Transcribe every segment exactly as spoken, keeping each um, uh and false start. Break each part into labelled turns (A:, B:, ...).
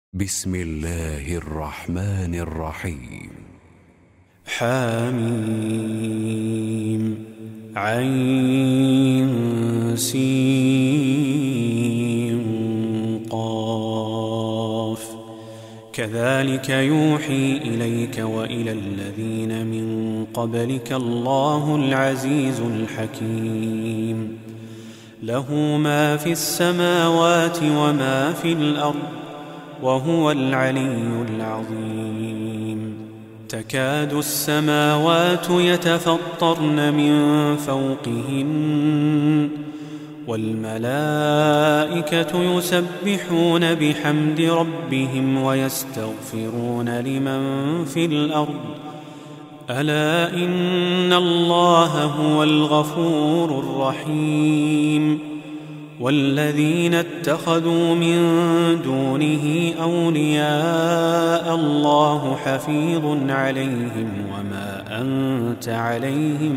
A: بسم الله الرحمن الرحيم.
B: حميم عين سين قاف كذلك يوحي إليك وإلى الذين من قبلك الله العزيز الحكيم. له ما في السماوات وما في الأرض وهو العلي العظيم. تكاد السماوات يتفطرن من فوقهن والملائكة يسبحون بحمد ربهم ويستغفرون لمن في الأرض ألا إن الله هو الغفور الرحيم. والذين اتخذوا من دونه أولياء الله حفيظ عليهم وما أنت عليهم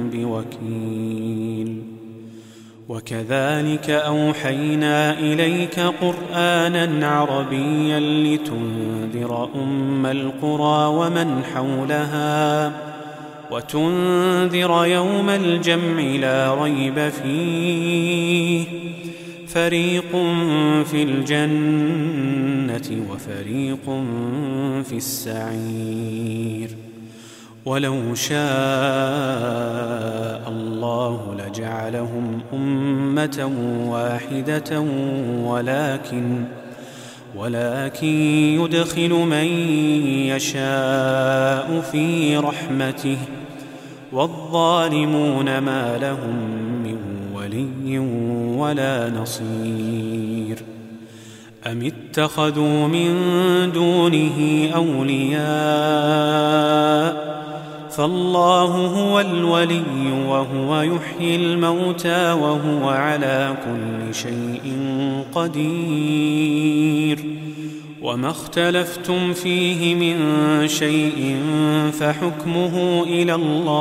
B: بوكيل. وكذلك أوحينا إليك قرآنا عربيا لتنذر أم القرى ومن حولها وتنذر يوم الجمع لا ريب فيه فريق في الجنة وفريق في السعير. ولو شاء الله لجعلهم أمة واحدة ولكن ولكن يدخل من يشاء في رحمته والظالمون ما لهم من ولي ولا نصير. أم اتخذوا من دونه أولياء فالله هو الولي وهو يحيي الموتى وهو على كل شيء قدير. وما اختلفتم فيه من شيء فحكمه إلى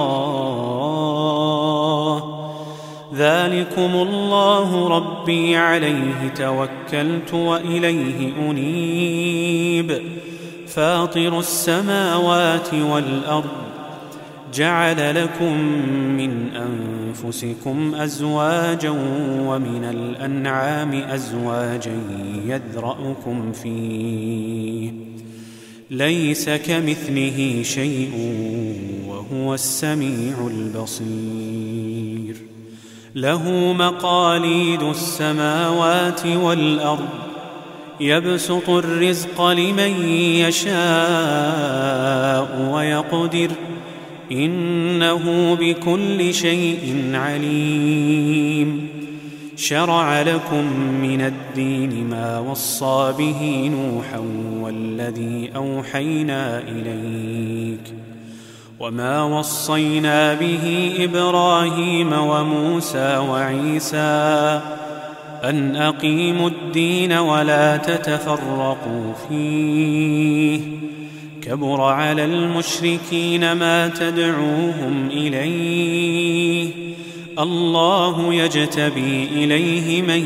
B: الله ذلكم الله ربي عليه توكلت وإليه أنيب. فاطر السماوات والأرض جعل لكم من أنفسكم أزواجا ومن الأنعام أزواجا يذرأكم فيه ليس كمثله شيء وهو السميع البصير. له مقاليد السماوات والأرض يبسط الرزق لمن يشاء ويقدر إنه بكل شيء عليم. شرع لكم من الدين ما وصى به نوحا والذي أوحينا إليك وما وصينا به إبراهيم وموسى وعيسى أن أقيموا الدين ولا تتفرقوا فيه كبر على المشركين ما تدعوهم إليه الله يجتبي إليه من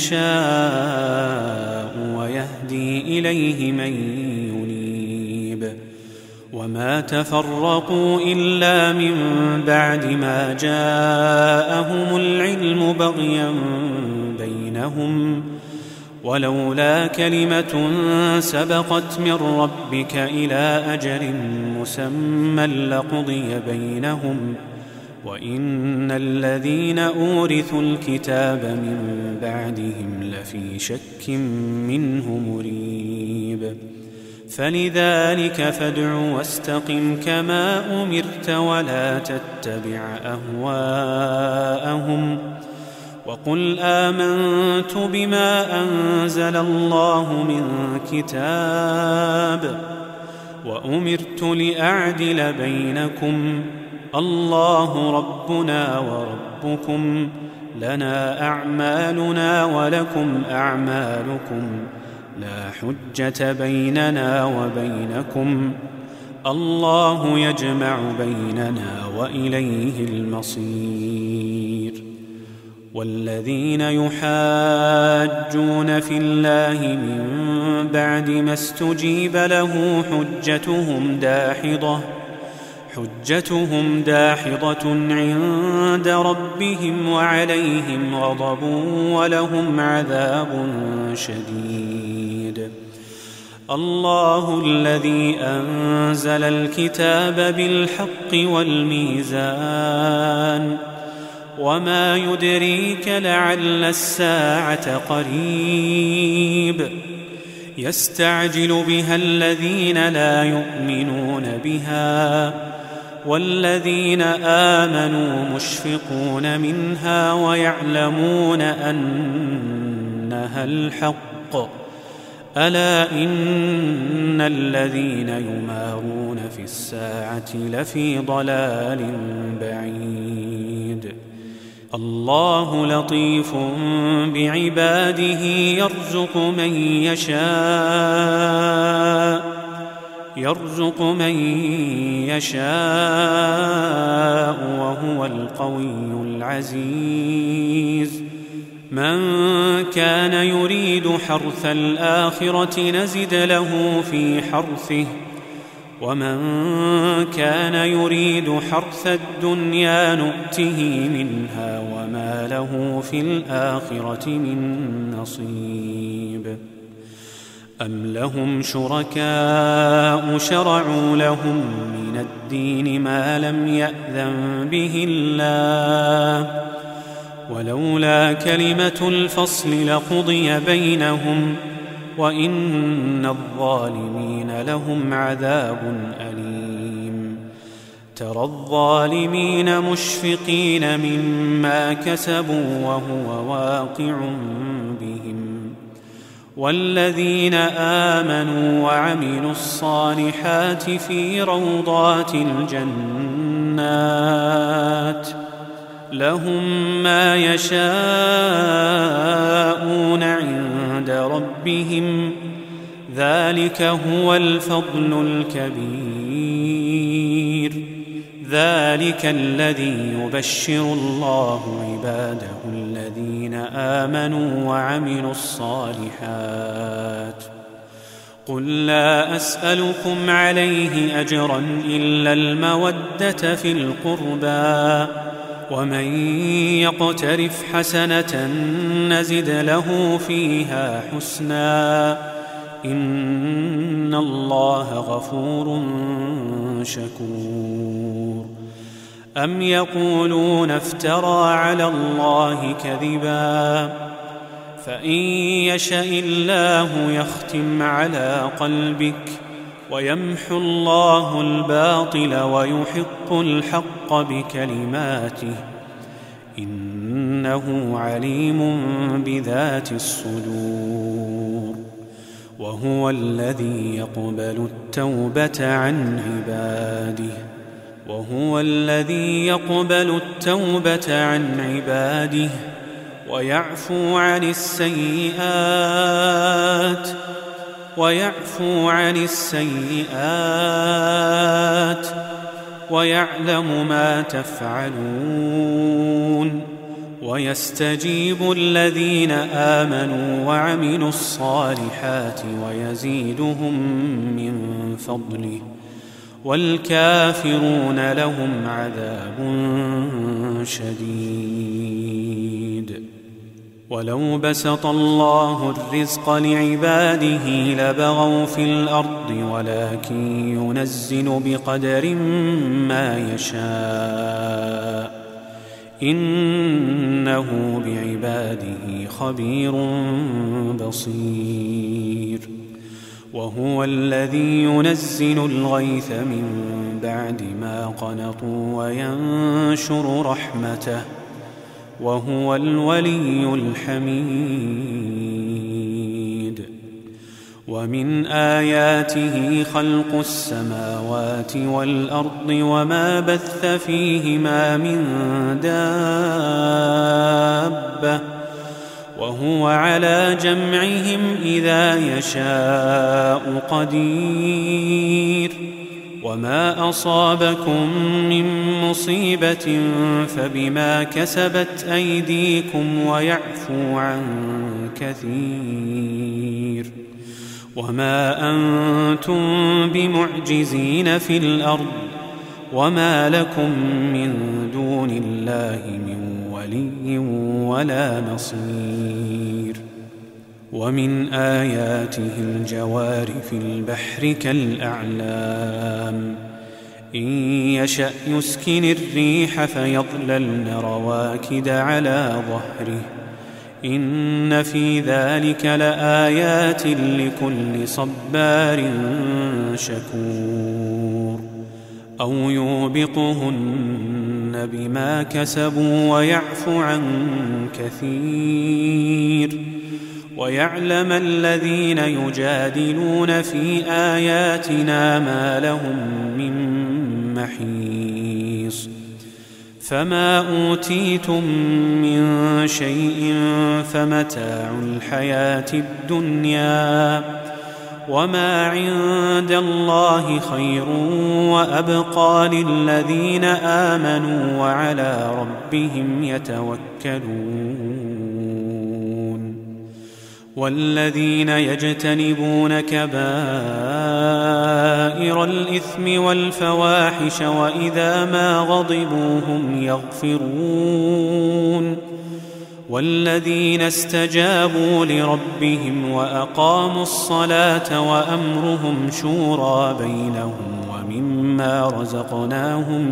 B: يشاء ويهدي إليه من ينيب. وما تفرقوا إلا من بعد ما جاءهم العلم بغيا بينهم ولولا كلمة سبقت من ربك إلى أجل مسمى لقضي بينهم وإن الذين أورثوا الكتاب من بعدهم لفي شك منه مريب. فلذلك فادع واستقم كما أمرت ولا تتبع أهواءهم وقل آمنت بما أنزل الله من كتاب وأمرت لأعدل بينكم الله ربنا وربكم لنا أعمالنا ولكم أعمالكم لا حجة بيننا وبينكم الله يجمع بيننا وإليه المصير. والذين يحاجون في الله من بعد ما استجيب له حجتهم داحضة حجتهم داحضة عند ربهم وعليهم غضب ولهم عذاب شديد. الله الذي أنزل الكتاب بالحق والميزان وما يدريك لعل الساعة قريب يستعجل بها الذين لا يؤمنون بها والذين آمنوا مشفقون منها ويعلمون أنها الحق ألا إن الذين يمارون في الساعة لفي ضلال بعيد. الله لطيف بعباده يرزق من يشاء يرزق من يشاء وهو القوي العزيز. من كان يريد حرث الآخرة نزد له في حرثه ومن كان يريد حرث الدنيا نؤته منها وما له في الآخرة من نصيب. أم لهم شركاء شرعوا لهم من الدين ما لم يأذن به الله ولولا كلمة الفصل لقضي بينهم وإن الظالمين لهم عذاب أليم. ترى الظالمين مشفقين مما كسبوا وهو واقع بهم والذين آمنوا وعملوا الصالحات في روضات الجنات لهم ما يشاءون عند ربهم ذلك هو الفضل الكبير. ذلك الذي يبشر الله عباده الذين آمنوا وعملوا الصالحات. قل لا أسألكم عليه أجرا إلا المودة في القربى ومن يقترف حسنة نزد له فيها حسنا إن الله غفور شكور. أم يقولون افترى على الله كذبا فإن يشأ الله يختم على قلبك ويمحو الله الباطل ويحق الحق بكلماته إنه عليم بذات الصدور. وهو الذي يقبل التوبة عن عباده وهو الذي يقبل التوبة عن عباده ويعفو عن السيئات ويعفو عن السيئات ويعلم ما تفعلون ويستجيب الذين آمنوا وعملوا الصالحات ويزيدهم من فضله والكافرون لهم عذاب شديد. ولو بسط الله الرزق لعباده لبغوا في الأرض ولكن ينزل بقدر ما يشاء إنه بعباده خبير بصير. وهو الذي ينزل الغيث من بعد ما قنطوا وينشر رحمته وهو الولي الحميد. ومن آياته خلق السماوات والأرض وما بث فيهما من دابة وهو على جمعهم إذا يشاء قدير. وما أصابكم من مصيبة فبما كسبت أيديكم ويعفو عن كثير وما أنتم بمعجزين في الأرض وما لكم من دون الله من ولي ولا نصير. ومن آياته الجوار في البحر كالأعلام إن يشأ يسكن الريح فيظللن رواكد على ظهره إن في ذلك لآيات لكل صبار شكور. أو يوبقهن بما كسبوا ويعفو عن كثير ويعلم الذين يجادلون في آياتنا ما لهم من محيص. فما أوتيتم من شيء فمتاع الحياة الدنيا وما عند الله خير وأبقى للذين آمنوا وعلى ربهم يتوكلون. والذين يجتنبون كبائر الإثم والفواحش وإذا ما غضبوا هم يغفرون. والذين استجابوا لربهم وأقاموا الصلاة وأمرهم شورى بينهم ومما رزقناهم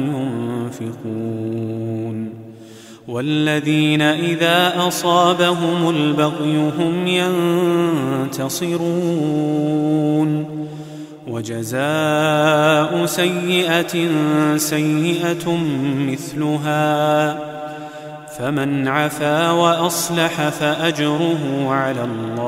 B: ينفقون. والذين إذا أصابهم البغي هم ينتصرون. وجزاء سيئة سيئة مثلها فمن عفا وأصلح فأجره على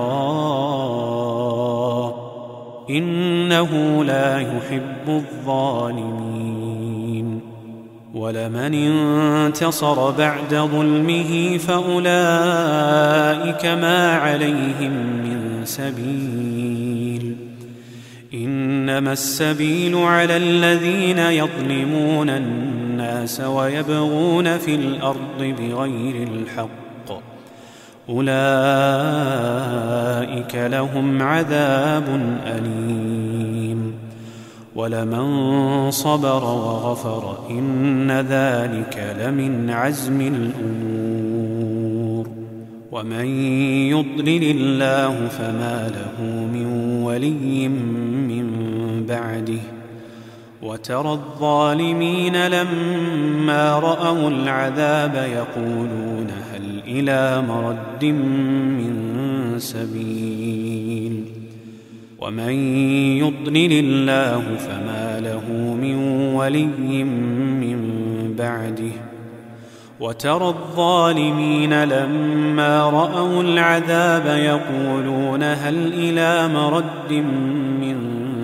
B: الله إنه لا يحب الظالمين. ولمن انتصر بعد ظلمه فأولئك ما عليهم من سبيل إنما السبيل على الذين يظلمون الناس ويبغون في الأرض بغير الحق أولئك لهم عذاب أليم. ولمن صبر وغفر إن ذلك لمن عزم الأمور. ومن يضلل الله فما له من ولي من بعده وترى الظالمين لما رأوا العذاب يقولون هل إلى مرد من سبيل. ومن يضلل الله فما له من ولي من بعده وترى الظالمين لما رأوا العذاب يقولون هل إلى مرد من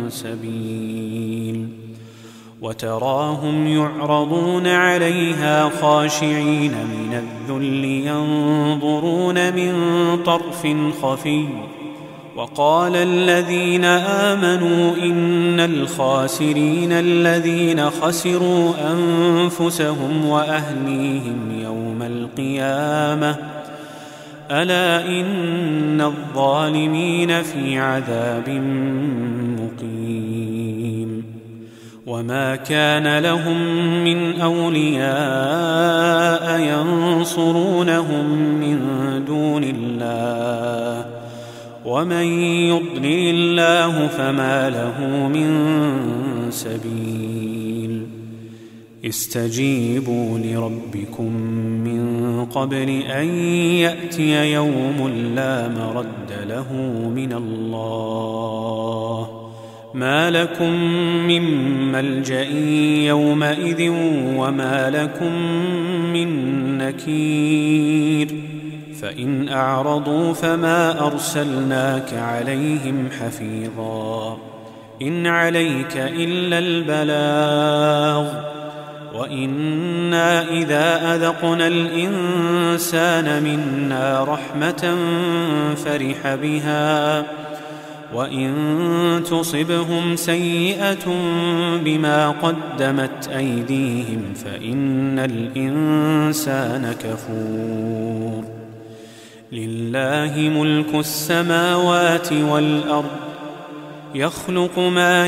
B: سبيل. وتراهم يعرضون عليها خاشعين من الذل ينظرون من طرف خفي وقال الذين آمنوا إن الخاسرين الذين خسروا أنفسهم وأهليهم يوم القيامة ألا إن الظالمين في عذاب مقيم. وما كان لهم من أولياء ينصرونهم من دون الله ومن يضلل الله فما له من سبيل. استجيبوا لربكم من قبل أن يأتي يوم لا مرد له من الله ما لكم من ملجأ يومئذ وما لكم من نكير. فإن أعرضوا فما أرسلناك عليهم حفيظا إن عليك إلا البلاغ وإنا إذا أذقنا الإنسان منا رحمة فرح بها وإن تصبهم سيئة بما قدمت أيديهم فإن الإنسان كفور. لله ملك السماوات والأرض يخلق ما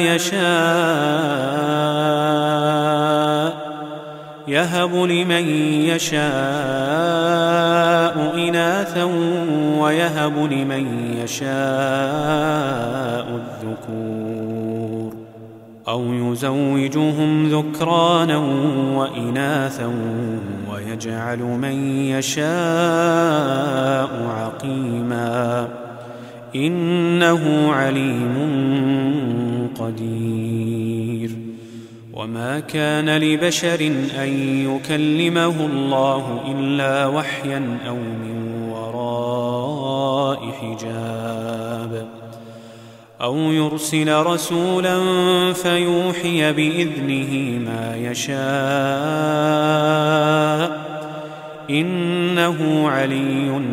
B: يشاء يهب لمن يشاء إناثا ويهب لمن يشاء الذكور أو يزوجهم ذكرانا وإناثا ويجعل من يشاء عقيما إنه عليم قدير. وما كان لبشر أن يكلمه الله إلا وحيا أو من وراء حجاب أو يرسل رسولا فيوحي بإذنه ما يشاء إنه علي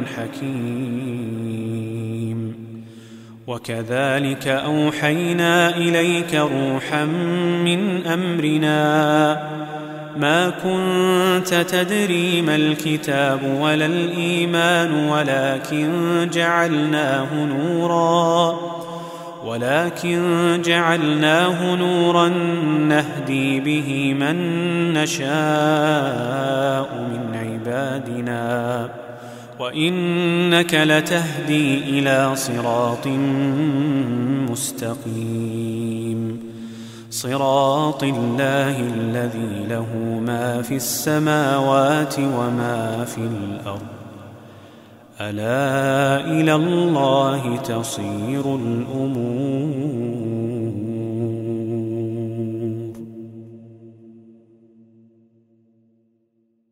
B: حكيم. وكذلك أوحينا إليك روحا من أمرنا ما كنت تدري ما الكتاب ولا الإيمان ولكن جعلناه نورا ولكن جعلناه نورا نهدي به من نشاء من عبادنا وإنك لتهدي إلى صراط مستقيم صراط الله الذي له ما في السماوات وما في الأرض ألا إلى الله تصير الأمور.